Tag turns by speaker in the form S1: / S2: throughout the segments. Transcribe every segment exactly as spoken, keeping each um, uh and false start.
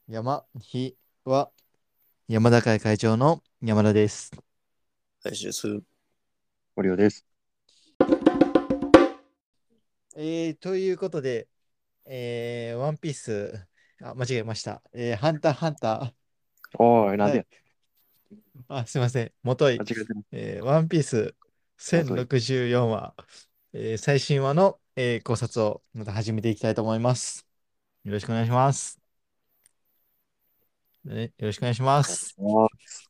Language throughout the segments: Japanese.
S1: 山、日は山田会会長の山田です。
S2: 大事です。
S3: 森尾です。
S1: えー、ということで、えー、ワンピース、あ、間違えました。えー、ハンターハンタ
S3: おい、
S1: ー、
S3: なんでや、
S1: はい。あ、すいません。もとい、
S3: 間違えてる。
S1: えー、ワンピース
S3: もとい。
S1: せんろくじゅうよんわ、えー、最新話の、えー考察をまた始めていきたいと思います。よろしくお願いします。ね、よろしくお願いします。
S3: あ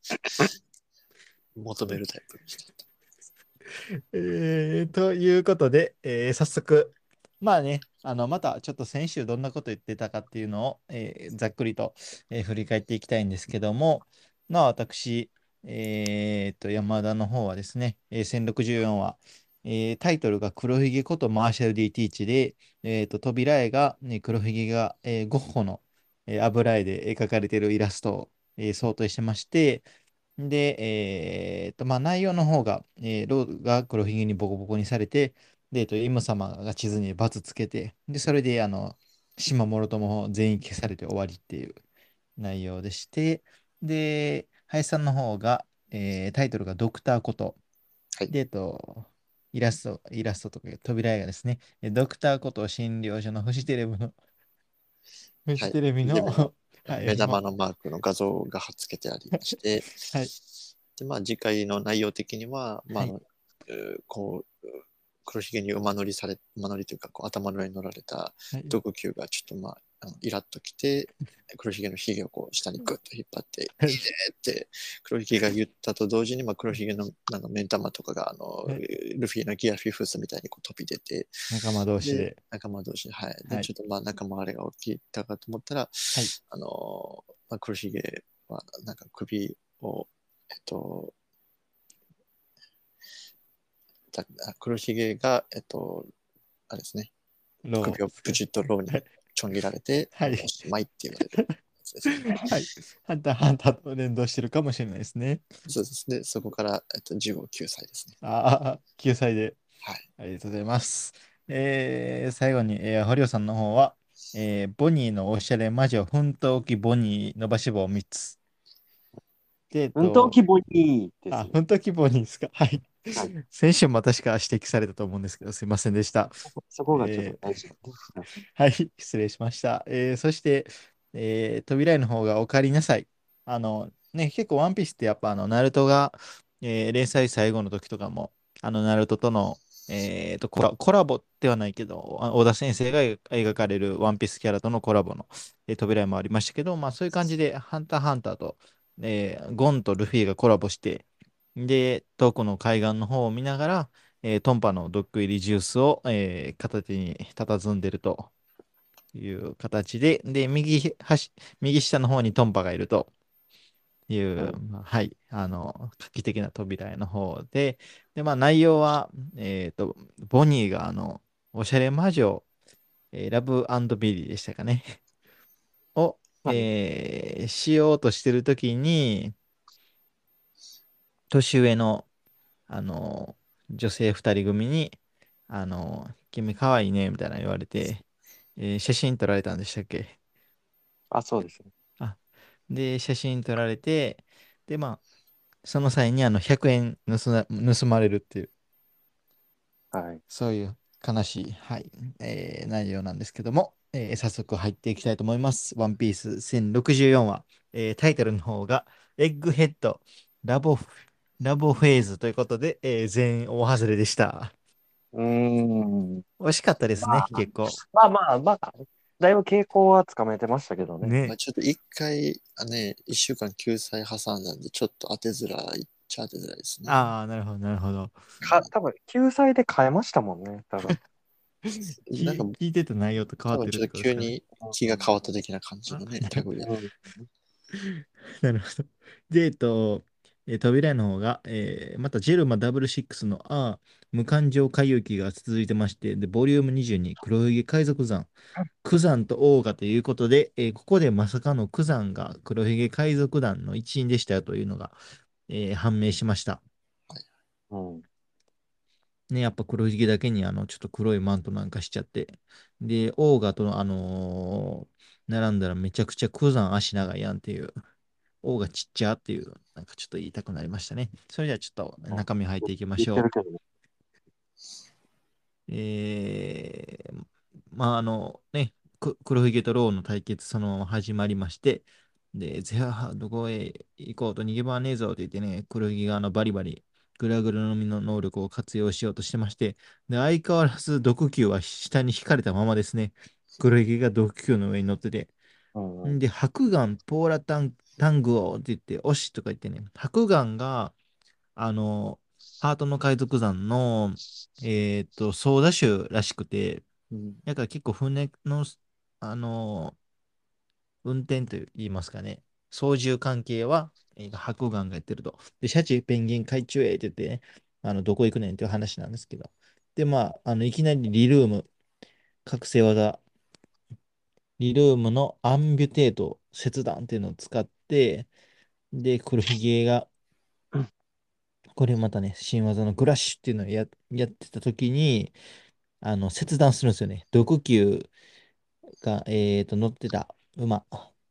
S2: 求めるタイプでした。
S1: えー、ということで、えー早速、まあね、あの、またちょっと先週どんなこと言ってたかっていうのを、えーざっくりと、えー振り返っていきたいんですけども、まあ私、えーと、山田の方はですね、えーせんろくじゅうよんわ、えータイトルが黒ひげことマーシャル・ディ・ティーチで、えーと、扉絵が、ね、黒ひげが、えーゴッホの、えー油絵で描かれているイラストを、えー想定してまして、で、えーっと、まあ、内容の方が、えーローが黒ひげにボコボコにされて、で、えっと、イム様が地図にバツつけて、で、それで、あの、島諸とも全員消されて終わりっていう内容でして、で、林さんの方が、えータイトルがドクターこと、
S2: はい。
S1: で、えっと、イラスト、イラストとか扉絵がですね、えドクターこと診療所のフジテレビの、フ
S2: はい。
S1: ジテレビの、
S2: フジテレビの
S1: はい、ま、
S2: 目玉のマークの画像が貼っ付けてありまして、
S1: はい、
S2: で、まあ、次回の内容的には、まあ、
S1: はい、
S2: あのえーこう、黒ひげに馬乗りされ、馬乗りというか、こう頭の上に乗られた
S1: はい、
S2: 毒球がちょっと、まあ、あのイラッときて、黒ひげのひげをこう下にグッと引っ張って、いいね
S1: はい、
S2: って黒ひげが言ったと同時に、まあ、黒ひげのあの目ん玉とかがあの
S1: はい、
S2: ルフィのギアフィフスみたいにこう飛び出て、
S1: 仲間同士
S2: で、
S1: で、
S2: 仲間同士、はい。で、
S1: はい、
S2: ちょっとまあ仲間あれが起きたかと思ったら、
S1: はい、
S2: あの、まあ、黒ひげはなんか首を、えっと、だ黒ひげが、えっと、あれですね、
S1: ローですか。
S2: 首をプチッとローに
S1: はい。
S2: ちょん切られて、
S1: はい。
S2: もうおしまいって言われるやつですね。
S1: はい。ハンター、ハンターと連動してるかもしれないですね。
S2: そうですね。そこから、えっと、じゅうご、きゅうさいですね。
S1: ああ、きゅうさいで。
S2: はい。
S1: ありがとうございます。えー、最後に、えー、堀尾さんの方は、えーボニーのおしゃれ魔女奮闘記ボニー伸ばし棒みっつ。で、えっ
S3: 奮闘
S1: と、
S3: 希望にです
S1: あ、
S3: ね。
S1: 奮闘記ボニーですか。はい。
S3: はい。
S1: 先週も確か指摘されたと思うんですけど、すいませんでした。
S3: そこがちょっと
S1: えー
S3: 大事なんですね。
S1: はい、失礼しました。えーそして、えー扉絵の方がお帰りなさい。あの、ね、結構ワンピースってやっぱあの、ナルトが、えー連載最後の時とかも、あの、ナルトとの、えーと、コラ、コラボではないけど、あ小田先生が描かれるワンピースキャラとのコラボの、えー扉絵もありましたけど、まあそういう感じで、ハンターハンターと、えーゴンとルフィがコラボして、で、遠くの海岸の方を見ながら、えートンパのドッグ入りジュースを、えー片手に佇んでるという形で、で、右端、右下の方にトンパがいるという、
S3: はい。
S1: まあはい、あの、画期的な扉絵の方で、で、まあ内容は、えっと、ボニーが、あの、おしゃれ魔女、えーラブビリーでしたかね、を、
S3: はい。
S1: えーしようとしてるときに、年上の、あの、女性二人組に、あの、君かわいいね、みたいな言われて、えー写真撮られたんでしたっけ？
S3: あ、そうですね。
S1: あ、で、写真撮られて、で、まあ、その際にあのひゃくえん盗な、盗まれるっていう、
S3: はい。
S1: そういう悲しい、はい、えー内容なんですけども、えー早速入っていきたいと思います。ワンピースせんろくじゅうよんわ、えータイトルの方が、エッグヘッドラボ、ラボフェーズということで、えー全員大外れでした。
S3: うーん。
S1: 惜しかったですね、
S3: まあ、
S1: 結構。
S3: まあまあ、まあ、だいぶ傾向はつかめてましたけどね。
S1: ね。
S2: まあ、ちょっと一回、あね、一週間救済挟んだんで、ちょっと当てづらいっちゃ当てづらいですね。
S1: ああ、なるほど、なるほど。
S3: か、多分、救済で変えましたもんね。多分。
S2: なんか、
S1: 聞い、聞いてた内容と変わってるっ
S2: 多分ちょっと
S1: てことですかね。
S2: 急に気が変わった的な感じ
S1: あ
S2: のね、類で。
S3: うん。
S1: なるほど。で、えっと、えー扉の方が、えーまたジェルマダブルシックスのあ無感情回遊記が続いてまして、で、ボリュームにじゅうに、黒ひげ海賊団、クザンとオーガということで、えーここでまさかのクザンが黒ひげ海賊団の一員でしたよというのが、えー判明しました。
S2: はい。
S3: うん。
S1: ね、やっぱ黒ひげだけにあの、ちょっと黒いマントなんかしちゃって。で、オーガとの、あのー並んだらめちゃくちゃクザン足長いやんっていう、王がちっちゃっていう、なんかちょっと言いたくなりましたね。それじゃあちょっと中身入っていきましょう。
S3: 言ってるけどね。
S1: えー、まああのね、く黒ひげとローの対決そのまま始まりまして、で、ゼハどこへ行こうと逃げ場はねえぞって言ってね、黒ひげがあのバリバリグラグラの実の能力を活用しようとしてまして、で、相変わらず毒球は下に引かれたままですね。黒ひげが毒球の上に乗ってて、
S3: うんうん。
S1: んで、白眼ポーラタン、タングオって言って、おしとか言ってね、白眼が、あの、ハートの海賊団の、えーっと、ソーダ州らしくて、
S2: うん。
S1: だから結構船の、あの、運転と言いますかね、操縦関係は、えー白眼がやってると。で、シャチ、ペンギン、海中へって言ってね、あの、どこ行くねんっていう話なんですけど。で、まあ、あの、いきなりリルーム、覚醒技、リルームのアンビュテート切断っていうのを使って、で、黒ひげが、これまたね、新技のグラッシュっていうのをや、やってた時に、あの、切断するんですよね。毒球が、えーと、乗ってた馬。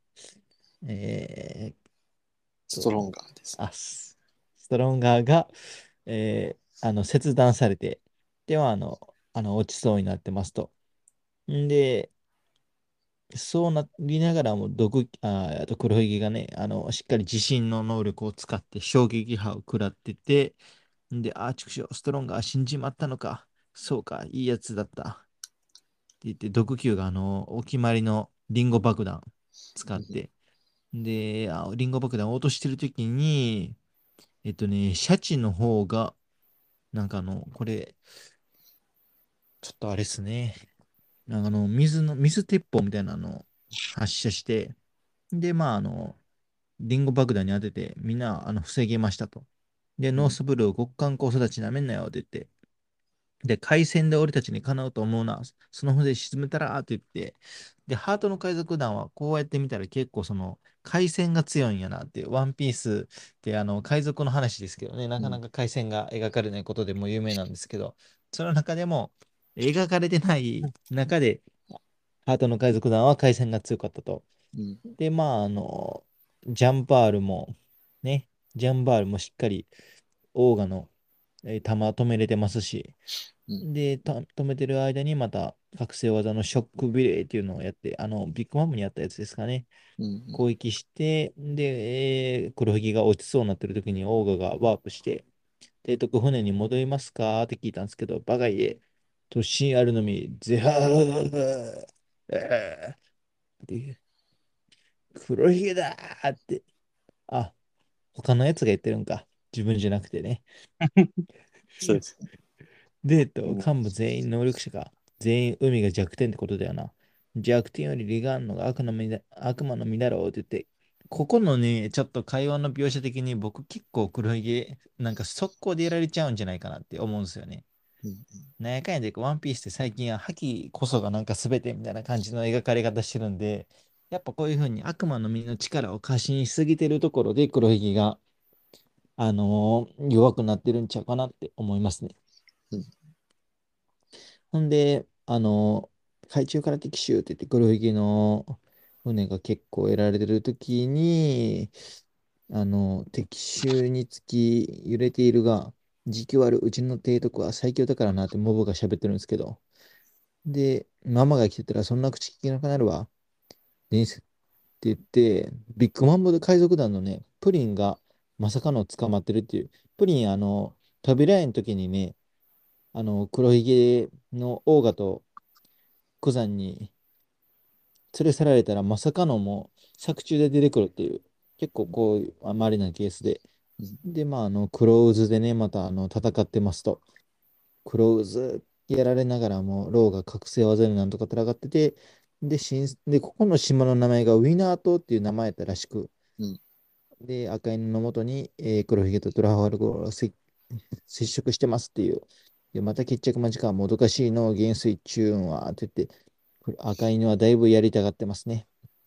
S1: えーと、
S2: ストロンガーですね。
S1: あ、スストロンガーが、えーあの、切断されて、では、あの、あの、落ちそうになってますと。んで、そうなりながらも、毒、あ、あと黒ひげがね、あの、しっかり自身の能力を使って衝撃波を食らってて、んで、あー、畜生、ストロンガー死んじまったのか。そうか、いいやつだった。って言って、毒球があの、お決まりのリンゴ爆弾使って、で、あリンゴ爆弾を落としてるときに、えっとね、シャチの方が、なんかあの、これ、ちょっとあれっすね。なんかあの、水の、水鉄砲みたいなのを発射して、で、まあ、あの、リンゴ爆弾に当てて、みんな、あの、防げましたと。で、
S2: うん。
S1: ノースブルー、極寒高育ちなめんなよって言って、で、海戦で俺たちにかなうと思うな。その船沈めたらって言って、で、ハートの海賊団はこうやって見たら結構その、海戦が強いんやなっていう、ワンピースってあの、海賊の話ですけどね、な
S2: うん。
S1: かなか海戦が描かれないことでも有名なんですけど、その中でも、描かれてない中で、ハートの海賊団は海戦が強かったと。
S2: うん。
S1: で、まあ、あの、ジャンバールも、ね、ジャンバールもしっかり、オーガの、えー弾止めれてますし、
S2: うん。
S1: で、た止めてる間にまた覚醒技のショックビレーっていうのをやって、あの、ビッグマムにやったやつですかね。
S2: うん。
S1: 攻撃して、で、えー黒ひげが落ちそうになってる時にオーガがワープして、提督船に戻りますかって聞いたんですけど、バカ言え、突進あるのみ、ゼハーえーって黒ひげだーって、あ、他のやつが言ってるんか。自分じゃなくてね。
S2: そうですね。
S1: で、えっと、
S3: うん。
S1: 幹部全員能力者が、全員海が弱点ってことだよな。弱点より利があるのが悪の実だ、悪魔の実だろうって言って、ここのね、ちょっと会話の描写的に僕結構黒ひげ、なんか速攻でやられちゃうんじゃないかなって思うんですよね。
S2: うん。
S1: なんやかんやで、ワンピースって最近は覇気こそがなんか全てみたいな感じの描かれ方してるんで、やっぱこういう風に悪魔の実の力を過信しすぎてるところで黒ひげが、あのー弱くなってるんちゃうかなって思いますね。
S2: うん。
S1: ほんで、あの、海中から敵襲って言って黒ひげの船が結構得られてるときに、あの、敵襲につき揺れているが、時給あるうちの提督は最強だからなってモブが喋ってるんですけど、で、ママが来てたらそんな口聞けなくなるわ。伝説って言って、ビッグマンボで海賊団のね、プリンがまさかの捕まってるっていう。プリン、あの、扉絵の時にね、あの、黒ひげのオーガとクザンに連れ去られたらまさかのもう作中で出てくるっていう、結構こういうあまりなケースで。
S2: うん。
S1: で、まあ、あの、クローズでね、またあの戦ってますと。クローズやられながらも、ローが覚醒技でなんとか戦ってて、で、新で、ここの島の名前がウィナー島っていう名前やったらしく、
S2: うん。
S1: で、赤犬のもとに、えー黒ひげとトラファルガーがせ接触してますっていう。で、また決着間近、もどかしいの元帥チューンはって言って、これ赤犬はだいぶやりたがってますね。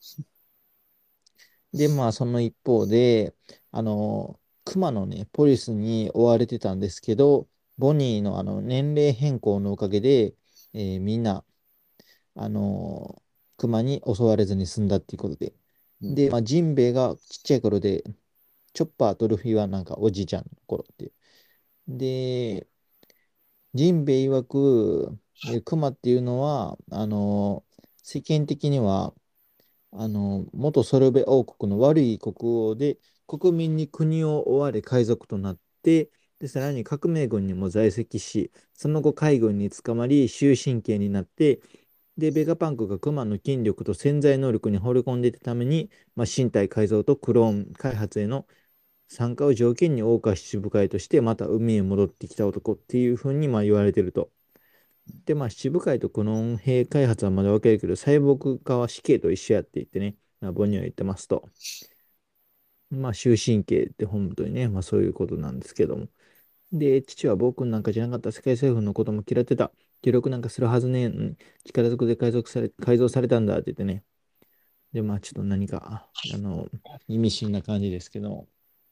S1: で、まあ、その一方で、あの、熊のね、ポリスに追われてたんですけど、ボニーのあの年齢変更のおかげで、えーみんな、あの熊に襲われずに済んだっていうことで。
S2: うん
S1: で、まあ、ジンベエがちっちゃい頃で、チョッパーとルフィはなんかおじいちゃんの頃っていう。で、ジンベエ曰く、えクマっていうのは、あの、世間的には、あの、元ソルベ王国の悪い国王で、国民に国を追われ海賊となって、で、さらに革命軍にも在籍し、その後海軍に捕まり、終身刑になって、で、ベガパンクがクマの筋力と潜在能力に惚れ込んでいたために、まあ、身体改造とクローン開発への参加を条件に謳歌七部会として、また海へ戻ってきた男っていうふうにまあ言われてると。で、まあ、七部会とクローン兵開発はまだ分かるけど、細胞化は死刑と一緒やって言ってね、まあ、本には言ってますと。まあ、終身刑って本当にね、まあそういうことなんですけども。で、父は暴君なんかじゃなかった世界政府のことも嫌ってた。記録なんかするはずねえのに、力ずくで改造され、改造されたんだって言ってね。で、まあちょっと何か、あの、意味深な感じですけど。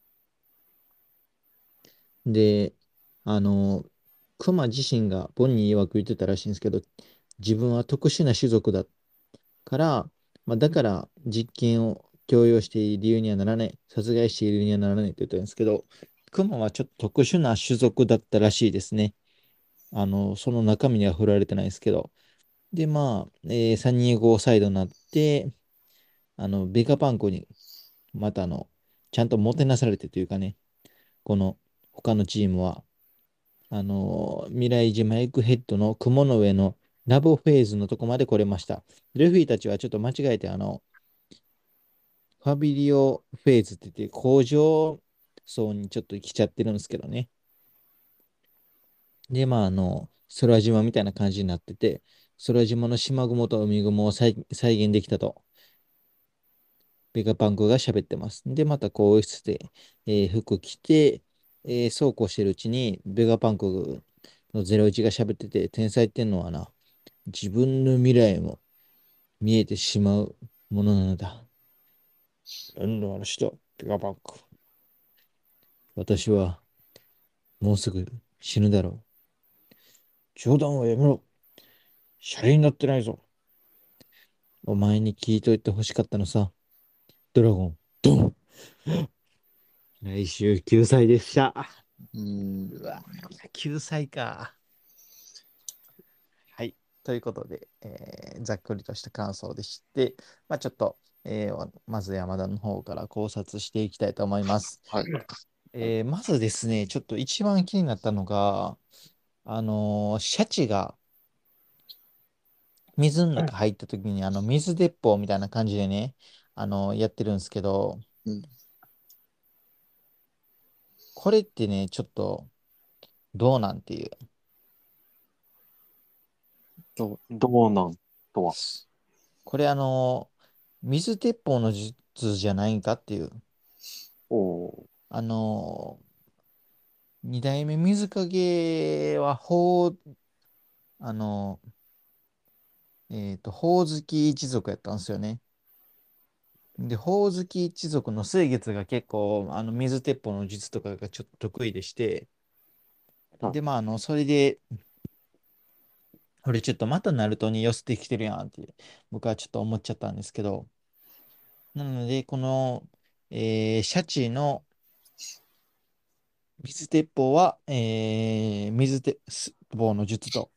S1: で、あの、熊自身がボンに曰く言ってたらしいんですけど、自分は特殊な種族だから、まあ、だから実験を強要している理由にはならない、殺害している理由にはならないって言ったんですけど、クマはちょっと特殊な種族だったらしいですね。あの、その中身には触られてないですけど。で、まあ、えー、さんにんごサイドになって、あの、ベガパンコに、またあの、ちゃんともてなされてというかね、この他のチームは、あの、未来島エッグヘッドの雲の上のラボフェーズのとこまで来れました。ルフィたちはちょっと間違えて、あの、ファビリオフェーズって言って、工場層にちょっと来ちゃってるんですけどね。で、まあ、あの、空島みたいな感じになってて、空島の島雲と海雲を再、再現できたと、ベガパンクが喋ってます。で、また更衣室で、えー服着て、えーそうこうしてるうちに、ベガパンクのゼロイチが喋ってて、天才っていうのはな、自分の未来も見えてしまうものなのだ。なんだあの人、ベガパンク。私はもうすぐ死ぬだろう。冗談はやめろ。シャレになってないぞ。お前に聞いといて欲しかったのさ。ドラゴン、ドン。来週救済でした。
S2: うん。
S1: うわ、救済か。はい。ということで、えーざっくりとした感想でして、まあ、ちょっと、えーまず山田の方から考察していきたいと思います。
S2: はい。
S1: えーまずですね、ちょっと一番気になったのが、あのーシャチが水の中入った時に、あの、水鉄砲みたいな感じでね、あのやってるんですけど、
S2: うん。
S1: これってね、ちょっと、どうなんていう。
S2: ど
S3: どうなんとは。
S1: これあの、水鉄砲の術じゃないんかっていう。
S3: おー。
S1: あの、二代目水影は、ほう、あの、えっと、ほおずき一族やったんですよね。で、ほおずき一族の水月が結構、あの、水鉄砲の術とかがちょっと得意でして、
S3: はい。
S1: で、まあ、あの、それで、俺ちょっとまたナルトに寄せてきてるやんって、僕はちょっと思っちゃったんですけど、なので、この、えーシャチの水鉄砲は、えー水鉄砲の術と、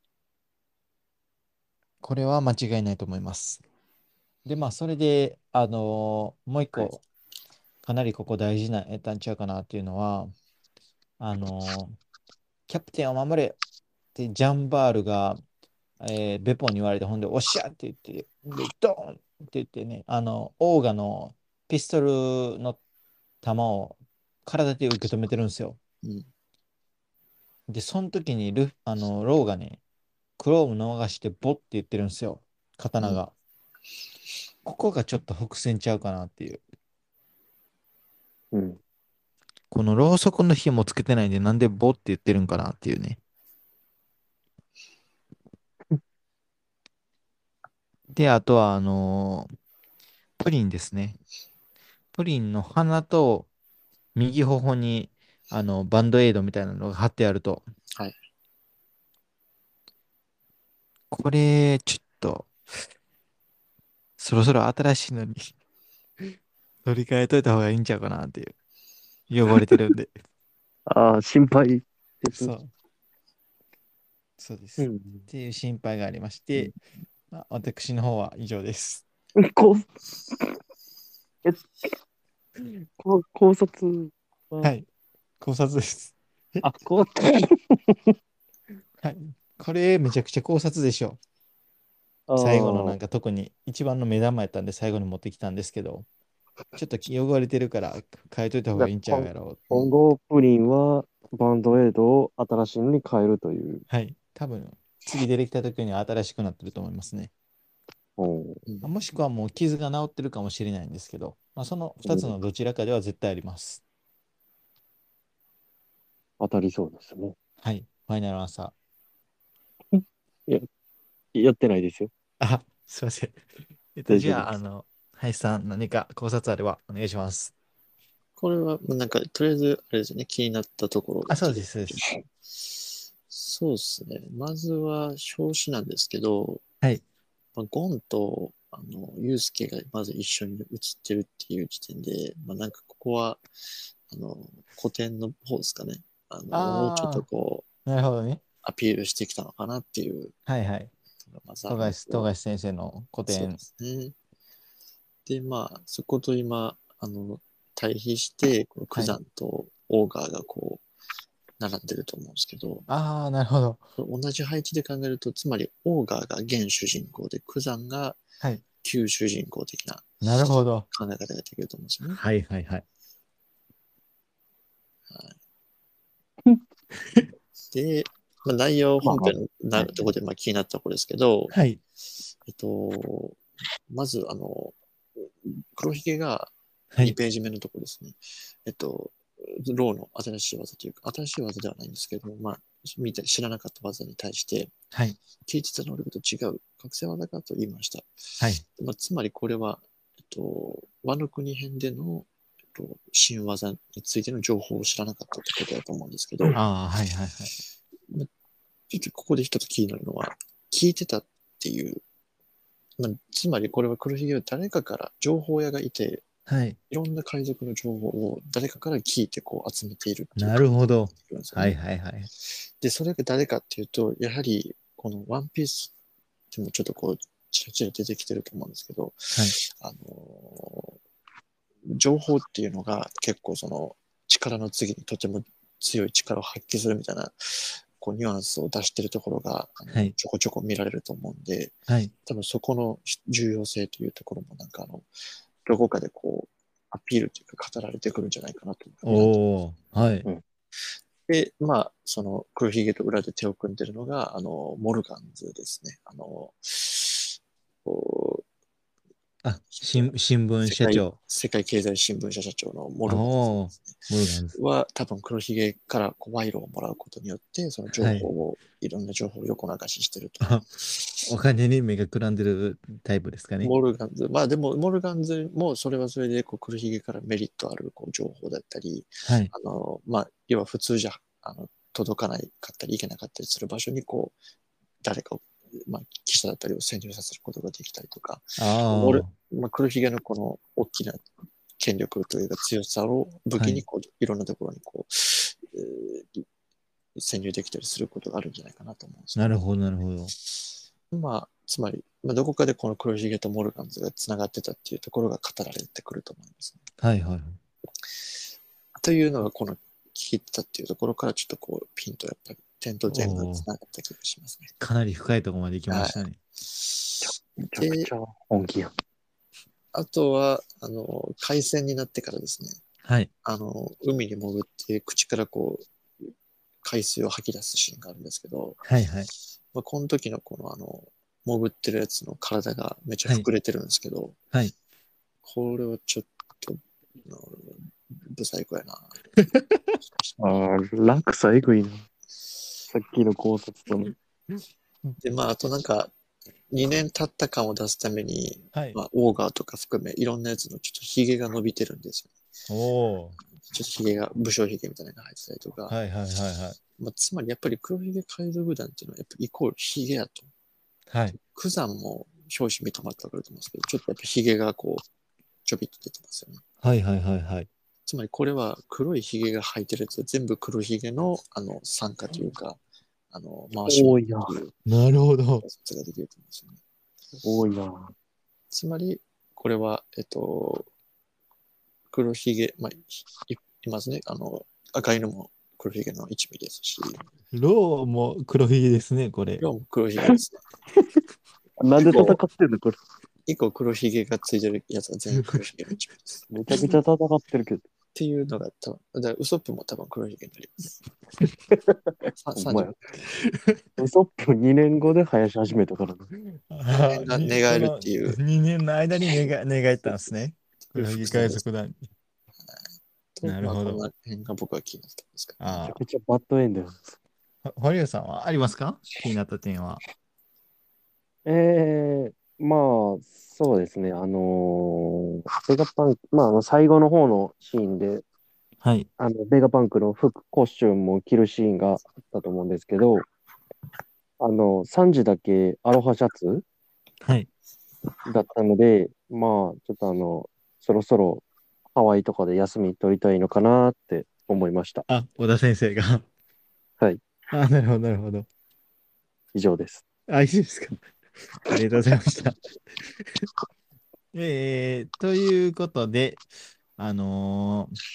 S1: これは間違いないと思います。で、まあ、それで、あのーもう一
S3: はい。
S1: 個、かなりここ大事なやったんちゃうかなっていうのは、あのーキャプテンを守れってジャンバールが、えーベポンに言われて、ほんで、おっしゃって言って、で、ドーンって言ってね、あの、オーガのピストルの弾を体で受け止めてるんですよ。
S2: うん。
S1: で、その時にル、あの、ローがね、クローム逃してボッって言ってるんですよ。
S2: うん。
S1: 刀が。ここがちょっと伏線ちゃうかなっていう。
S3: うん。
S1: このろうそくの火もつけてないんで、なんでボッって言ってるんかなっていうね。で、あとは、あのープリンですね。プリンの鼻と右頬に、あの、バンドエイドみたいなのが貼ってあると、
S2: はい。
S1: これ、ちょっと、 そろそろ新しいのに取り替えといた方がいいんちゃうかなっていう。汚れてるんで。
S3: ああ、心配です。
S1: そう。そうです。
S3: うん。
S1: っていう心配がありまし
S3: うん
S1: て、まあ、私の方は以上です。
S3: こう、え、こう考察は、
S1: はい。考察です。
S3: あ、こう、
S1: はい。これめちゃくちゃ考察でしょ。
S3: あ
S1: 最後のな
S3: あ、
S1: んか特に一番の目玉やったんで最後に持ってきたんですけど、ちょっと汚れてるから変えといた方
S3: じゃあ、
S1: がいいんちゃう
S3: 今
S1: やろうっていう。
S3: 今後、プリンはバンドエイドを新しいのに変えるという。
S1: はい。多分、次出てきた時には新しくなってると思いますね。
S3: うん
S2: うん。
S1: まあもしくはもう傷が治ってるかもしれないんですけど、まあ、そのふたつのどちらかでは絶対あります。
S3: 当たりそうですね。
S1: はい。ファイナルアンサー。
S3: いや、やってないですよ。
S1: あ、すいません。えっと、じゃあ、あ
S3: 大丈夫です。
S1: の、林さん、何か考察あればお願いします。
S2: これは、まあなんか、とりあえず、あれですよね、気になったところ
S1: あ、
S2: が
S1: そうです、そうです。
S2: そうですね。まずは、表紙なんですけど、
S1: はい。
S2: まあ、ゴンと、あの、ユウスケがまず一緒に写ってるっていう時点で、まあなんかここは、あの、古典の方ですかね。あの、もうちょっと
S1: あ
S2: こう、
S1: あ、なるほどね。
S2: アピールしてきたのかなっていう
S1: はいはい。
S2: のがまずあるの
S1: 富樫、富
S2: と、
S1: 樫先生の古
S2: そうで
S1: 典。
S2: すね。で、まあ、そこと今、あの、対比して、このク
S1: はい。
S2: ザンとオーガーがこう、並んでると思うんですけど、
S1: ああ、なるほど。
S2: 同じ配置で考えると、つまりオーガーが現主人公で、クザンが
S1: はい。
S2: 旧主人公的な
S1: なるほど。
S2: 考え方ができると思うんですよね。
S1: はいはいはい。
S2: はい、で、まあ、内容、
S3: まあ、
S2: 本編
S3: はい。
S2: のところでまあ気になったところですけど、
S1: はい。
S2: えっと、まず、あの、黒ひげがに
S1: はい。
S2: ページ目のところですね。えっと、ローの新しい技というか、新しい技ではないんですけども、まあ、見て知らなかった技に対して、
S1: はい。
S2: 聞いてた能力と違う覚醒技かと言いました。
S1: はい。
S2: まあ、つまりこれは、えっと、ワノ国編での、えっと、新技についての情報を知らなかったってことだと思うんですけど、
S1: ああ、はいはいはい。
S2: まあちょっとここで一つ気になるのは、聞いてたっていう、まあ、つまりこれは黒ひげは誰かから情報屋がいて、
S1: はい。
S2: いろんな海賊の情報を誰かから聞いてこう集めているっていう
S1: な
S2: 感じになって
S1: るほど。
S2: くるんですよね。
S1: はいはいはい。
S2: で、それが誰かっていうと、やはりこのワンピースでもちょっとこう、ちらちら出てきてると思うんですけど、
S1: はい。
S2: あの情報っていうのが結構その力の次にとても強い力を発揮するみたいなこうニュアンスを出してるところがあの
S1: はい。
S2: ちょこちょこ見られると思うんで、
S1: はい。
S2: 多分そこの重要性というところもなんかあのどこかでこうアピールというか語られてくるんじゃないかなというふうに感じ
S1: おー。はい。
S3: うん。
S2: で、まあ、その黒ひげと裏で手を組んでるのが、あの、モルガンズですね。あの、こ
S1: あ、新、新聞
S2: 世界、
S1: 社長。
S2: 世界経済新聞社社長のモルガンズで
S1: おー。モルガンズ。
S2: すね。は、多分黒ひげからこう賄賂をもらうことによって、その情
S1: はい。
S2: 報を、いろんな情報を横流ししてると。
S1: あ、お金に目がくらんでるタイプですかね。
S2: モルガンズ、まあでも、モルガンズもそれはそれでこう黒ひげからメリットあるこう情報だったり、
S1: はい。
S2: あの、まあ、要は普通じゃあの届かないかったり、いけなかったりする場所にこう、誰かを、まあ、記者だったりを潜入させることができたりとか、モル
S1: あ
S2: まあ、黒ひげのこの大きな権力というか強さを武
S1: あ。はい。
S2: 器にこういろんなところにこう、えー潜入できたりすることがあるんじゃないかなと思うんですよね。
S1: なるほど、なるほど。
S2: まあ、つまり、まあ、どこかでこの黒ひげとモルガンズがつながってたっていうところが語られてくると思いますね。
S1: はいはいはい。
S2: というのがこの聞いてたっていうところからちょっとこうピンとやっぱり点と点が
S1: おー。
S2: つながった気がしますね。
S1: かなり深いところまで行きま
S2: はい。
S1: したね。
S3: めちゃく
S2: で、
S3: ちゃ本気や。
S2: あとは、あの、海戦になってからですね、
S1: はい。
S2: あの、海に潜って口からこう、海水を吐き出すシーンがあるんですけど、
S1: はいはい。
S2: まあ、この時のこのあの、潜ってるやつの体がめっちゃ
S1: はい。
S2: 膨れてるんですけど、
S1: はい。
S2: これはちょっと、ブサイクやな。
S3: ああ、落差えぐいな。さっきの考察との。
S2: で、まあ、あとなんか、にねん経った感を出すために、
S1: はい。
S2: まあ、オーガーとか含め、いろんなやつのちょっとヒゲが伸びてるんですよ。
S1: おー。
S2: ちょっとヒゲが、武将ヒゲみたいなのが入ってたりとか、
S1: はいはいはいはい。
S2: まあ、つまりやっぱり黒ひげ海賊団っていうのはやっぱイコールヒゲやと。
S1: はい。
S2: クザンも表紙見てもらったら分かると思うんですけど、ちょっとやっぱヒゲがこう、ちょびっと出てますよね。
S1: はいはいはいはい。
S2: つまりこれは黒いヒゲが生えてるやつは全部黒ヒゲのあの酸化というか、あの回し
S3: 多いな。
S2: という
S1: なるほど。
S2: 説ができると思うんですよね。
S3: 多いな。
S2: つまり、これは、えっと、黒ひげ、まあ、い、いますね。あの、赤犬も黒ひげの一味ですし、
S1: ローも黒ひげですね、これ。
S2: ロンも黒ひげですね。
S3: なんで戦ってんのこれ。
S2: 以降黒ひげがついてるやつは全員黒ひげの一味です。
S3: めちゃくちゃ戦ってるけど。
S2: っていうのが多分、だからウソップも多分黒ひげになります。さ
S3: ほんまや。ウソップにねんごで生やし始めたからな。
S1: あーに
S2: が寝返るっていう。
S1: そのにねんの間に寝が寝返ったんですね。黒ひげ海賊団に。
S2: と
S1: なるほど
S2: まあ、この辺が僕は気になったんですけど、ね。
S1: あ
S3: めちゃくちゃバッドエンドや。
S1: あ、ほ堀内さんはありますか気になった点は。
S3: ええまあ、そうですね。あのーベガパンク、まあ、あの最後の方のシーンで、
S1: はい。
S3: あの、ベガパンクの服、コスチュームを着るシーンがあったと思うんですけど、あの、さんじだけアロハシャツ
S1: はい。
S3: だったので、まあ、ちょっとあの、そろそろハワイとかで休み取りたいのかなって思いました。
S1: あ、小田先生が。
S3: はい、
S1: あ、なるほど、なるほど。
S3: 以上です。
S1: あ、いいですか。ありがとうございました。えー、ということで、あのー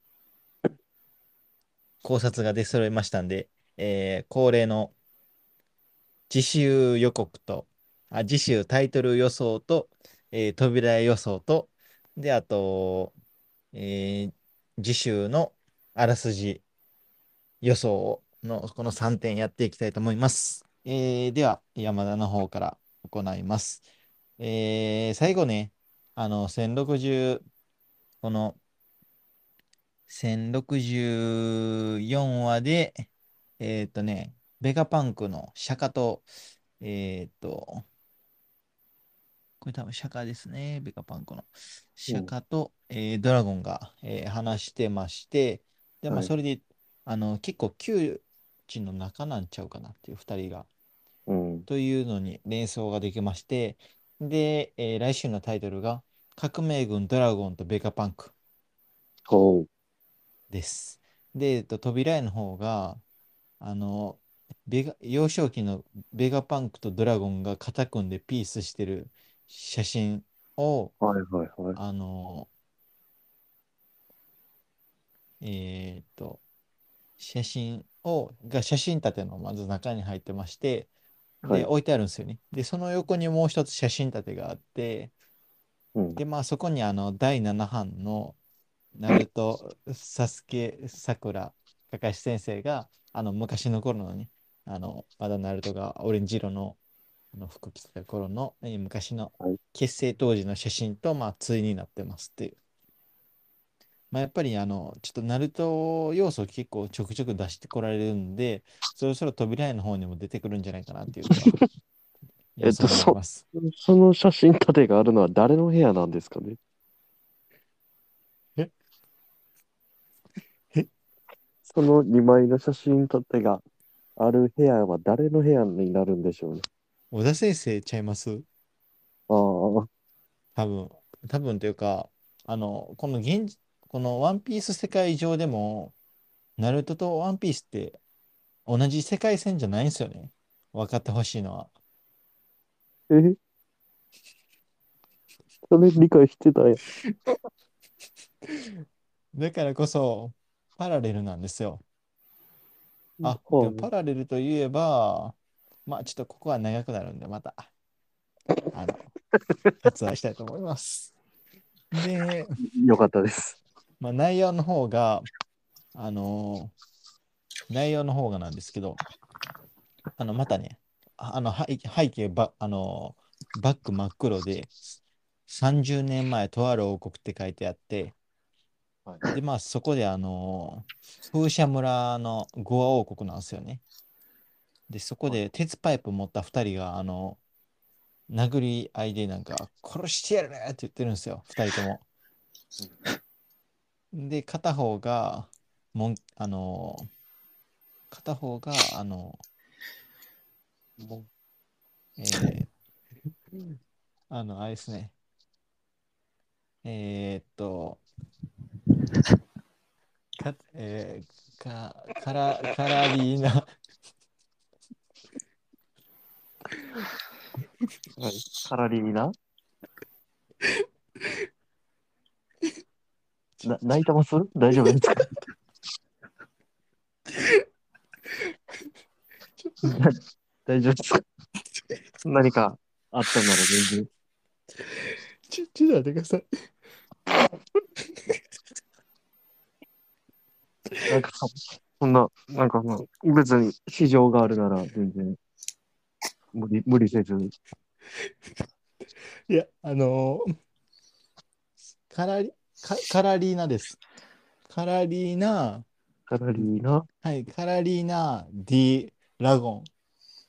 S1: 考察が出揃いましたんで、えー恒例の次週予告と、あ、次週タイトル予想と、えー扉絵予想と、で、あと、えー次週のあらすじ予想のこのさんてんやっていきたいと思います。えーでは、山田の方から行います。えー最後ね、あの、せんろくじゅう、このせんろくじゅうよんわで、えっとね、ベガパンクの釈迦と、えっと、これ多分釈迦ですね、ベガパンクの。
S3: うん。
S1: 釈迦と、えードラゴンが、えー話してまして、で、まあ、
S3: はい。
S1: それで、あの、結構、窮地の中なんちゃうかなっていうふたりが、
S3: うん。
S1: というのに連想ができまして、で、えー来週のタイトルが、革命軍ドラゴンとベガパンク
S3: ほう。
S1: です。で、えっと、扉絵の方が、あの、ベガ、幼少期のベガパンクとドラゴンが肩組んでピースしてる写真を、
S3: はいはいはい。
S1: あの、えーっと、写真を、が写真立てのまず中に入ってまして、で、
S3: はい。
S1: 置いてあるんですよね。で、その横にもう一つ写真立てがあって、
S3: うん。
S1: で、まあそこにあのだいなな版のナルト、サスケ、さくら、かかし先生が、あの昔の頃のね、あの、まだナルトがオレンジ色のあの服着てた頃の、えー昔の
S3: はい。
S1: 結成当時の写真と、まあ、対になってますっていう。まあ、やっぱり、あの、ちょっとナルト要素を結構ちょくちょく出してこられるんで、そろそろ扉絵の方にも出てくるんじゃないかなっていうのが
S3: えっと、
S1: 予想になり
S3: そ、
S1: ます。
S3: その写真立てがあるのは誰の部屋なんですかね。
S1: ええ
S3: そのにまいの写真立てがある部屋は誰の部屋になるんでしょうね。
S1: 小田先生ちゃいます
S3: ああ、
S1: 多分。多分というか、あの、この現実、このワンピース世界上でも、ナルトとワンピースって同じ世界線じゃないんですよね。分かってほしいのは。
S3: え、それ理解してたんや。
S1: だからこそ、パラレルなんですよ。あ、でも
S3: は
S1: パラレルといえば、まあちょっとここは長くなるんで、また、あの、割愛したいと思います。で、
S3: あ、よかったです。
S1: まあ内容の方が、あの内容の方がなんですけど、あの、またね、ああの、背背景ば、あのバック真っ黒で、さんじゅうねんまえとある王国って書いてあって、
S3: はい。
S1: で、まあそこで、あの風車村のゴア王国なんですよね。で、そこ
S3: はい。
S1: で鉄パイプ持ったふたりが、あの、殴り合いでなんか、殺してやるねって言ってるんですよ、ふたりとも。で、片方が、もん、あの、片方が、あの、
S3: も
S1: えーあの、あれですね。えーっと、か、えーか、カラ、カラリーナ、
S3: はい。カラリーナな、泣いてます大丈夫ですか？だ大丈夫ですか？何かあったなら全然。
S1: ちょ、ちょっと待ってください。
S3: なんかそ、そんな、なんかまあ、別に市場があるなら全然無理、無理せず。
S1: いや、あのーカラリ、カ、カラリーナです。カラリーナ、
S3: カラリーナ。
S1: はい、カラリーナ、D、ラゴン。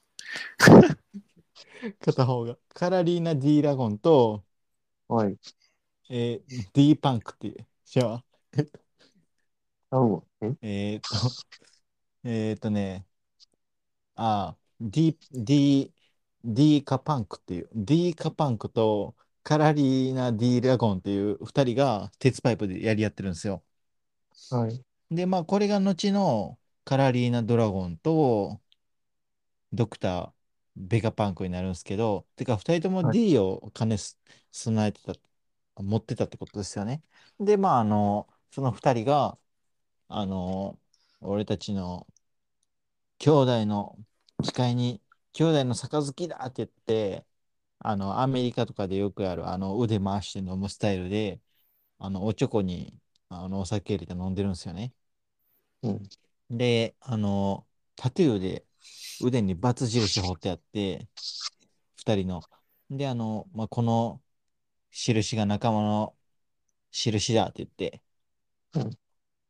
S1: 片方が。カラリーナ・ディ・ラゴンと、
S3: はい。
S1: えー、D パンクっていう。じゃあ、
S3: あ、もう、え
S1: えーっと、えーっとね、あー、D、D、D カパンクっていう。D カパンクとカラリーナ・ディ・ラゴンっていう二人が鉄パイプでやり合ってるんですよ。
S3: はい。
S1: で、まあ、これが後のカラリーナ・ドラゴンとドクター・ベガパンクになるんですけど、てか、二人とも
S3: はい。
S1: D を兼ね備えてた、持ってたってことですよね。で、まあ、あの、その二人が、あの、俺たちの兄弟の誓いに、兄弟の杯だって言って、あの、アメリカとかでよくある、あの、腕回して飲むスタイルで、あの、おちょこに、あの、お酒入れて飲んでるんですよね。
S3: うん。
S1: で、あの、タトゥーで腕にバツ印彫ってあって、二人の。で、あの、まあ、この印が仲間の印だって言って、
S3: うん。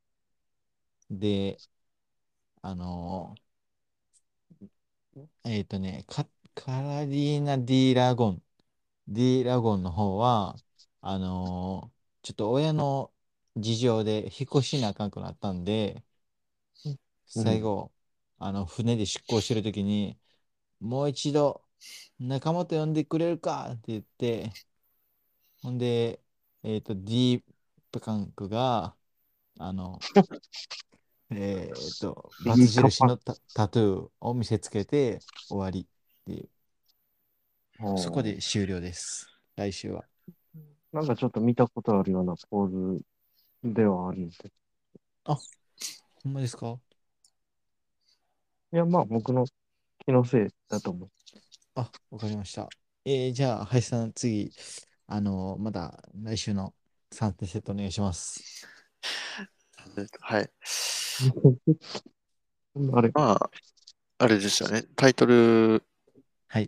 S1: で、あの、えっとね、カ、カラリーナ・ディ・ラゴン、ディ・ラゴンの方は、あのーちょっと親の事情で引っ越しなあかんくなったんで、
S3: うん。
S1: 最後、あの、船で出港してるときに、もう一度仲間と呼んでくれるかって言って、ほんで、えっと、ディープカンクが、あの、えっと、バツ
S3: いいカパ。
S1: 印のタ、タトゥーを見せつけて終わりっていう、そこで
S3: お
S1: 終了です。来週は。
S3: なんかちょっと見たことあるようなポーズではあるんですけど。
S1: あ、ほんまですか？
S3: いや、まあ僕の気のせいだと思う。
S1: あ、わかりました。えーじゃあ、林さん、次、あのまた来週のさんてんセットお願いします。
S2: はい。
S3: あれ、
S2: まあ、あれですよね。タイトル、
S1: はい。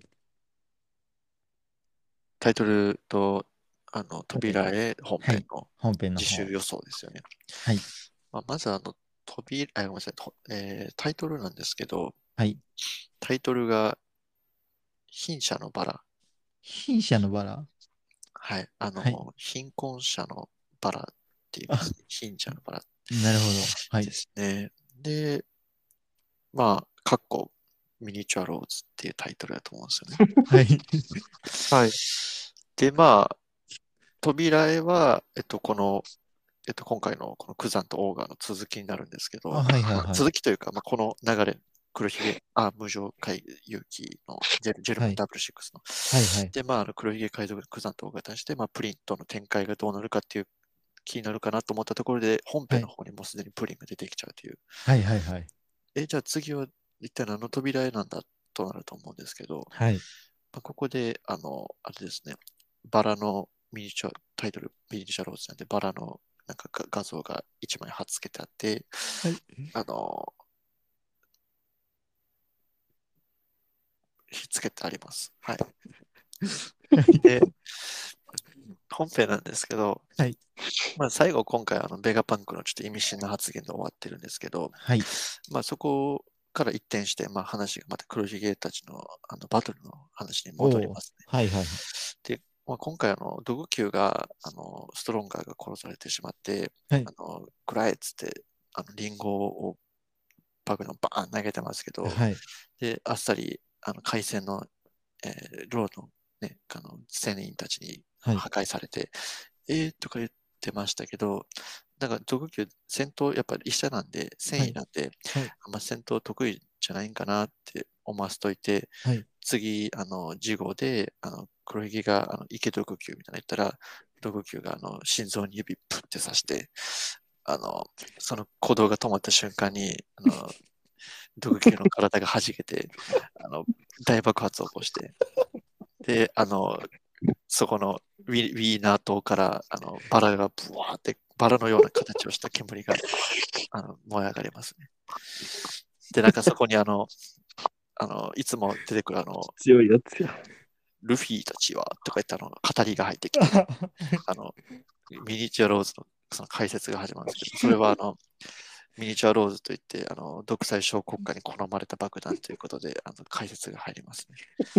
S2: タイトルと、あの、扉へ本
S1: はい。
S2: 編の
S1: 本編の方。
S2: 自習予想ですよね。
S1: はい。
S2: まあ、まず、あの、扉、あ、ごめんなさい、とえータイトルなんですけど、
S1: はい。
S2: タイトルが、貧者のバラ。
S1: 貧者のバラ。
S2: はい。あ
S1: はい。
S2: の、貧困者のバラっていう意味で
S1: あ、
S2: すね。貧者のバラ
S1: なるほど。は
S2: で
S1: い。
S2: すね。で、まあ、かっこミニチュアローズっていうタイトルだと思うんですよね。
S1: はい。
S3: はい。
S2: で、まあ、扉絵は、えっと、この、えっと、今回のこのクザンとオーガーの続きになるんですけ
S1: あ、
S2: ど、
S1: はいはい
S2: まあ、
S1: はい。
S2: 続きというか、まあ、この流れ、黒ひげ、あ、無常海勇気のジェル、ジェルム
S1: はい。
S2: ダブリューシックス の。
S1: はいはい。
S2: で、まあ、あの黒ひげ海賊クザンとオーガーに対して、まあ、プリントの展開がどうなるかっていう気になるかなと思ったところで、本編の
S1: はい。
S2: 方にもうすでにプリンが出てきちゃうという。
S1: はいはいはい。
S2: え、じゃあ次は一体何の扉絵なんだとなると思うんですけど、
S1: はい。
S2: まあ、ここで、あの、あれですね、バラのミニチュア、タイトル、ミニチュアローズなんで、バラのなんかが画像が一枚貼っ付けてあって、
S1: はい。
S2: あの、ひっつけてあります。はい。で、本編なんですけど、
S1: はい。
S2: まあ、最後、今回、あのベガパンクのちょっと意味深な発言で終わってるんですけど、
S1: はい。
S2: まあ、そこから一転して、まあ、話がまた黒ひげたちのあのバトルの話に戻り
S1: おー。
S2: ますね。
S1: はいはいはい。
S2: で、まあ、今回、あの、ドグキューが、あの、ストロンガーが殺されてしまって、
S1: はい。
S2: あの、くらえっつって、あの、リンゴをバグのバーン投げてますけど、
S1: はい。
S2: で、あっさり、あの、海戦の、えーローのね、あの、仙人たちに
S1: はい。
S2: 破壊されて、えーとか言ってましたけど、だから毒球戦闘やっぱり医者なんで、繊維なんで、
S1: はい。
S2: あんま戦闘得意じゃないんかなって思わせといて、
S1: はい。
S2: 次、あの、事後で、あの、黒ひげが、あの、池毒球みたいなの言ったら、毒球が、あの、心臓に指プッて刺して、あの、その鼓動が止まった瞬間に、あの、毒球の体が弾けて、あの、大爆発を起こして、で、あの、そこのウィウィーナー島から、あの、バラがブワーって、バラのような形をした煙が、あの、燃え上がりますね。で、なんかそこにあの、あの、いつも出てくるあの、
S3: 強いやつや。
S2: ルフィたちは、とか言ったあの、語りが入ってきて、あの、ミニチュアローズのその解説が始まるんですけど、それはあの、ミニチュアローズといって、あの、独裁小国家に好まれた爆弾ということで、あの、解説が入りますね。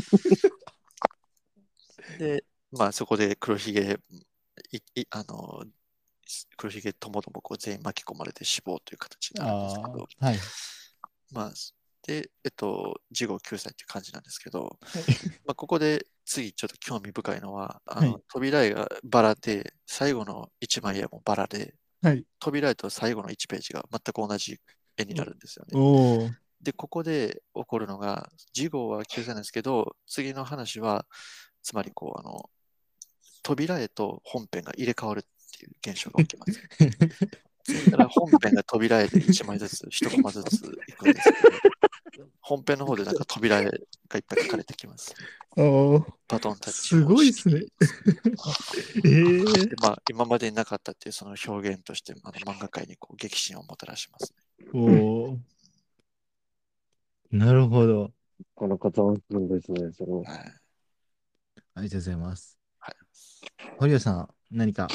S2: で、まあそこで黒ひげ、いいあの、黒ひげともどもこう全員巻き込まれて死亡という形になるんですけ
S1: あ
S2: ど、
S1: あ、はい。
S2: まあ、で、えっと、事後救済っていう感じなんですけど、
S1: はい。
S2: まあ、ここで次ちょっと興味深いのは、あの、
S1: はい。
S2: 扉絵がバラで、最後の一枚絵もバラで、
S1: はい。
S2: 扉絵と最後のいちページが全く同じ絵になるんですよね。
S1: おー。
S2: で、ここで起こるのが、事後は救済なんですけど、次の話は、つまりこう、あの、扉絵と本編が入れ替わるっていう現象が起きます。次から本編が扉絵でいちまいずつ、いちコマずついくんですけど、本編の方でなんか扉絵がいっぱい書かれてきます。
S1: おー。
S2: バトンタッチ
S1: す
S2: 方式。
S1: ごいっすね。ええ
S2: で、まあ、今までになかったっていうその表現として、あの漫画界にこう激震をもたらしますね。
S1: おー。なるほど。
S3: この方はするんですね、その。
S2: はい。
S1: ありがとうございます。
S2: はい。
S1: 堀尾さん、何か。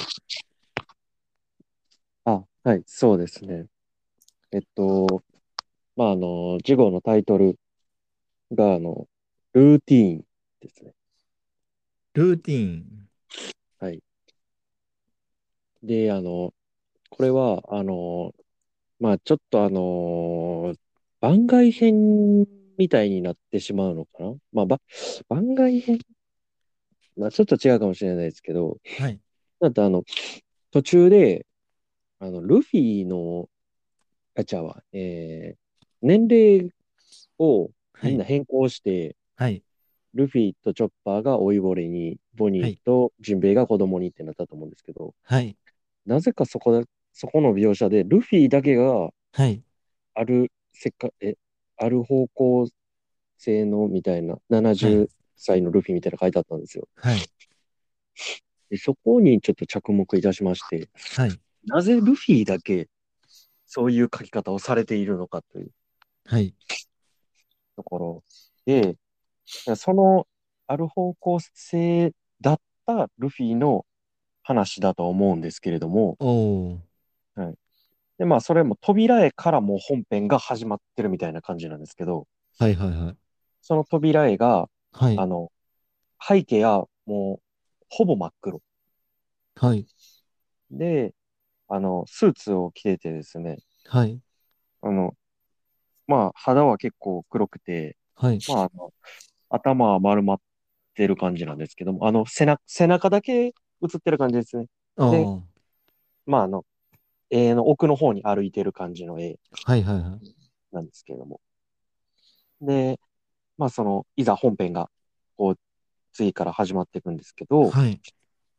S3: あ、はい、そうですね。えっと、まあ、あの、次号のタイトルが、あの、ルーティーンですね。
S1: ルーティーン。
S3: はい。で、あの、これは、あの、まあ、ちょっとあの、番外編みたいになってしまうのかな。まあ、ば、番外編、まあ、ちょっと違うかもしれないですけど、
S1: はい。
S3: だってあの、途中で、あの、ルフィの、あ、ちゃうわ、えー、年齢を
S1: はい。
S3: みんな変更して、
S1: はい。
S3: ルフィとチョッパーが老いぼれに、ボニー
S1: はい。
S3: とジンベエが子供にってなったと思うんですけど、
S1: はい。
S3: なぜかそこで、そこの描写で、ルフィだけが
S1: はい。
S3: あるせっか、え、ある方向性のみたいな、
S1: はい。
S3: ななじゅっさいのルフィみたいなの書いてあったんですよ。
S1: はい。
S3: で、そこにちょっと着目いたしまして、
S1: はい。
S3: なぜルフィだけそういう書き方をされているのかという
S1: はい。
S3: ところで、そのある方向性だったルフィの話だと思うんですけれども、
S1: おー。
S3: はい。で、まあ、それも扉絵からもう本編が始まってるみたいな感じなんですけど、
S1: はい。はい。はい。
S3: その扉絵が、
S1: はい。
S3: あの、背景はもう、ほぼ真っ黒。
S1: はい。
S3: で、あの、スーツを着ててですね、
S1: はい。
S3: あの、まあ、肌は結構黒くて、
S1: はい。
S3: まあ、あの、頭は丸まってる感じなんですけども、あの、背中、背中だけ映ってる感じですね。
S1: あ
S3: で、
S1: あ。
S3: まあ、あの、絵の奥の方に歩いてる感じの絵
S1: はい。はい。はい。
S3: なんですけれども。で、まあ、その、いざ本編が、こう、次から始まっていくんですけど、
S1: はい。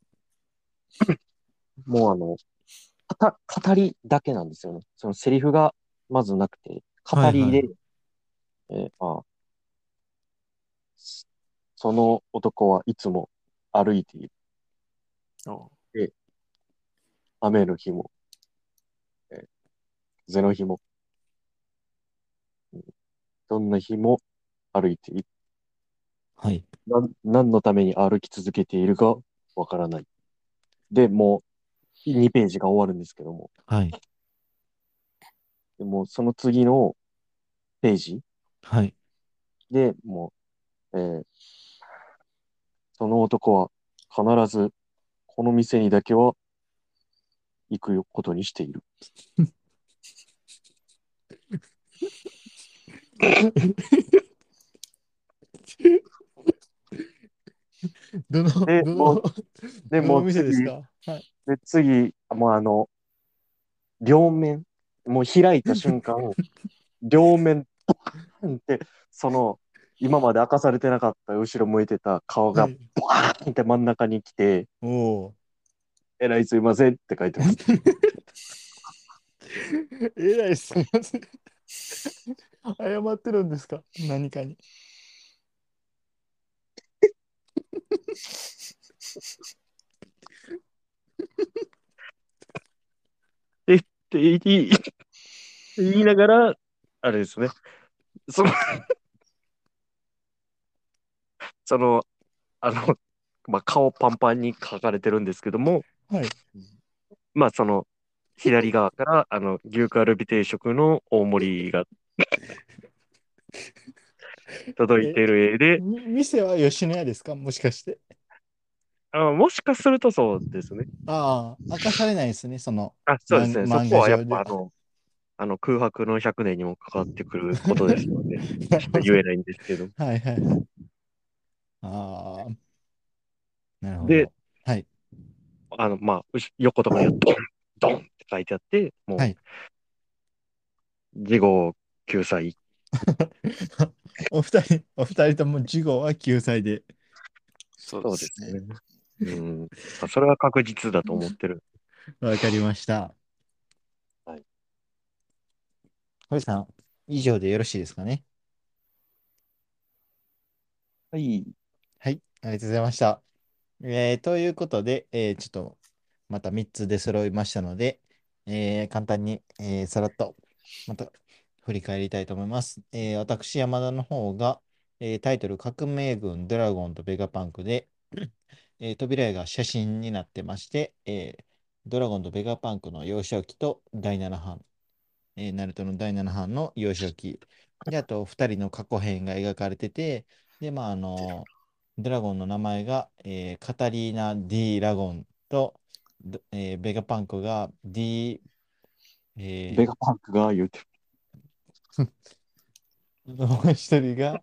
S3: もうあの、語語りだけなんですよね。そのセリフがまずなくて、
S1: はい。はい。
S3: 語りで、えーまあ、その男はいつも歩いてい
S2: お
S3: て、雨の日も、えー風の日も、うんどんな日も歩いている。
S1: はい。
S3: なん、何のために歩き続けているかわからない。で、もうにページが終わるんですけども、
S1: はい。
S3: でもその次のページ
S1: はい。
S3: でもう、えーその男は必ずこの店にだけは行くことにしている。
S1: どの、
S3: で、
S1: どの、
S3: もう、で、
S1: どの
S3: もう次、
S1: 店ですか？はい。
S3: で、次、もうあの、両面、もう開いた瞬間、両面、バーンって、その、今まで明かされてなかった後ろ向いてた顔が、
S1: はい。
S3: バーンって真ん中に来て、
S1: おお。
S3: えらいすいませんって書いてます。
S1: えらいすみません。謝ってるんですか？何かに。
S3: えって言い、言いながら、あれですね。その、その、あの、まあ、顔パンパンに書かれてるんですけども、
S1: はい。
S3: まあ、その、左側から、あの、牛カルビ定食の大盛りが届い
S1: え、
S3: てる絵で、
S1: み店は吉野家ですか？もしかして。
S3: あ、もしかするとそうですね。
S1: ああ、明かされないですね。その
S3: あ、そうですね。そ
S1: 漫漫
S3: こはやっ
S1: 画上では。
S3: ぱあの、あの空白のひゃくねんにも関わってくることですので、
S1: なるほど。
S3: ちょっと言えないんですけど。
S1: はいはいはい。ああ、なるほ
S3: で、
S1: ど。はい。
S3: あの、まあ、うし横とかにはドン、ドンって書いてあって、も
S1: はい。
S3: う、事後救済。
S1: お二人、お二人とも次号は救済で。
S2: そうで
S3: そうで
S2: すね。
S3: すね。うん。まあ、それは確実だと思ってる。
S1: わかりました。
S3: はい。
S1: 堀さん、以上でよろしいですかね。
S3: はい。
S1: はい、ありがとうございました。えーということで、えーちょっとまたみっつで揃いましたので、えー簡単に、えーさらっとまた振り返りたいと思います。えー私、山田の方が、えータイトル、革命軍ドラゴンとベガパンクで、えー扉絵が写真になってまして、えードラゴンとベガパンクの幼少期とだいなな版、えーナルトのだいなな版の幼少期。で、あとふたりの過去編が描かれてて、で、まあ、あの、ドラゴンの名前が、えーカタリーナ・ディ・ラゴンと、どえーベガパンクが D、え
S3: ベガパンクが言うてる。
S1: ーもう一人が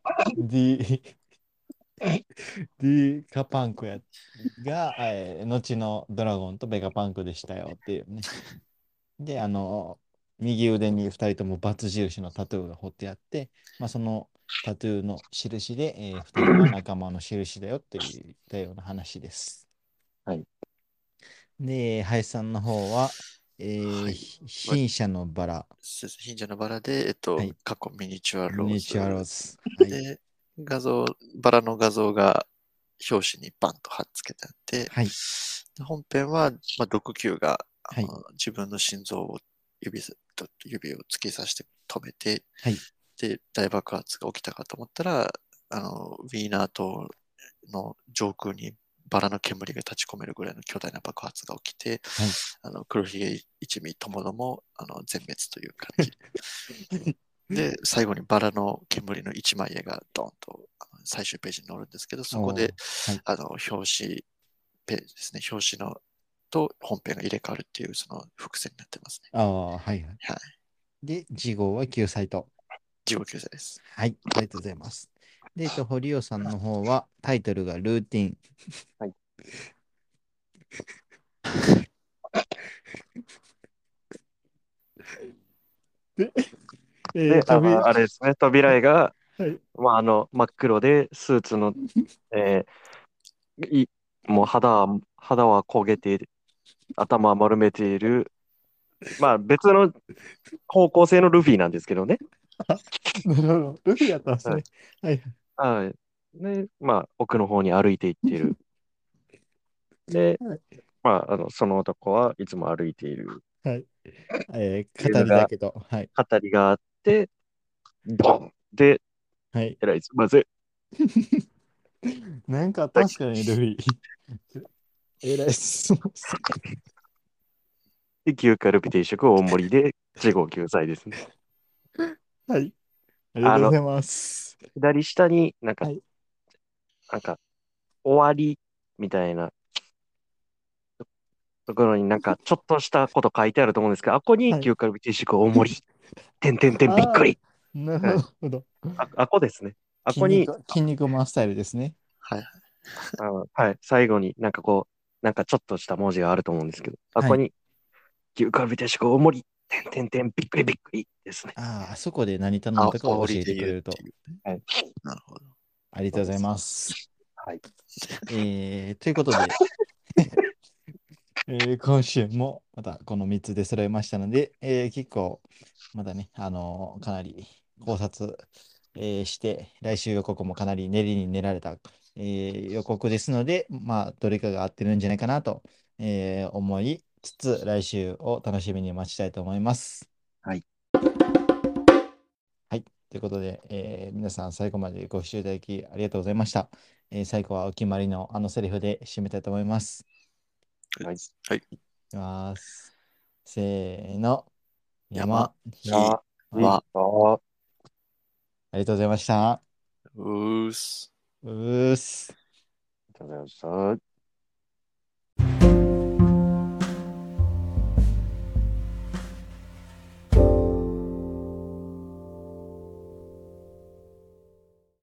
S1: D、D カパンクやが、えー後のドラゴンとベガパンクでしたよっていうね。で、あの、右腕にふたりともバツ印のタトゥーが彫ってあって、まあ、そのタトゥーの印で、えふたりは仲間の印だよっていったような話です。
S3: はい。
S1: で、林さんの方は、えー
S2: はい。
S1: ひ
S2: まあ、
S1: 貧者のバラ、
S2: そうです貧者のバラで、えっと、
S1: はい、
S2: 過去ミニチュア
S1: ミニチュアロー
S2: ローズ
S1: ズ、はい、
S2: で、画像、バラの画像が表紙にバンと貼っつけてあって、
S1: はい、
S2: で本編は、まあ、ろくきゅうがあ
S1: はい、
S2: の自分の心臓を指さと指を突き刺して止めて、
S1: はい、
S2: で、大爆発が起きたかと思ったら、あの、ウィーナー島の上空にバラの煙が立ち込めるぐらいの巨大な爆発が起きて、
S1: はい。
S2: あの黒ひげ一味ともどもあの全滅という感じで、最後にバラの煙の一枚絵がドンとあの最終ページに載るんですけど、そこで
S1: おー、はい。
S2: あの表紙ページですね、表紙のと本編が入れ替わるっていうその伏線になってますね。
S1: ああ、はい、はい。
S2: はい。
S1: で、次号は救済と。
S2: じゅうごきゅうさいです。
S1: はい、ありがとうございます。で、えっと、堀尾さんの方は、タイトルがルーティン。
S3: はい。
S1: で、え
S3: で、
S1: ー、飛び、
S3: あの、あれですね、扉絵が、
S1: はい、
S3: まあ、あの、真っ黒で、スーツの、えーい、もう肌は、肌は焦げて、頭は丸めている、まあ、別の方向性のルフィなんですけどね。
S1: あ、なるほど。ルフィやったんです
S3: はい。
S1: ね。はい、
S3: はい。で、まあ、奥の方に歩いていっている。で、
S1: はい、
S3: まあ、あの、その男はいつも歩いている。
S1: はい。えー、語
S3: っていうのが、
S1: りだけど、はい、
S3: 語りがあって、ドンで、
S1: はい。
S3: えらいすいません。
S1: なんかあった
S3: はい。
S1: んすかね、ルフィ。えらいっす。
S3: で、牛カルビ定食大盛りで、次号救済ですね。
S1: はい、ありが
S3: あの、
S1: とうございます。
S3: 左下になんか、
S1: はい、
S3: なんか、終わりみたいなところになんか、ちょっとしたこと書いてあると思うんですけど、あここに
S1: はい。
S3: 牛カルビ定食大盛り、てんてんてんびっく
S1: ああ、
S3: り。
S1: な
S3: はい。
S1: るほど。
S3: あ、あこですね。あこに、
S1: 筋肉、筋肉マンスタイルですね。
S2: はい。
S3: あの、はい。最後になんかこう、なんかちょっとした文字があると思うんですけど、あ、
S1: はい。
S3: ここに、牛カルビ定食大盛り、てんてんてん、びっくりびっくりですね。
S1: ああ、あそこで何頼ん
S2: あ、
S1: だかを教え
S2: 煽りで
S1: てくれると。
S2: 言うっていう。
S3: はい。
S2: なるほど。
S1: ありがとうござい
S3: そうです。
S1: ます。
S3: はい。
S1: えー、ということで、えー今週もまたこのみっつで揃いましたので、えー結構まだね、あのーかなり考察、えーして、来週予告もかなり練りに練られた、えー予告ですので、まあ、どれかが合ってるんじゃないかなと、えー思いつつ、来週を楽しみに待ちたいと思います。
S3: はい。
S1: はい。ということで、えー皆さん最後までご視聴いただきありがとうございました。えー最後はお決まりのあのセリフで締めたいと思います。
S3: はい。
S2: はい。
S1: いきます。せーの。
S2: 山、
S1: 山、ひ、
S2: ひ、
S3: あ、いい、
S2: わ、
S3: あ、
S1: ありがとうございました。
S2: うーす。
S1: うーす。
S3: ありがとうございました。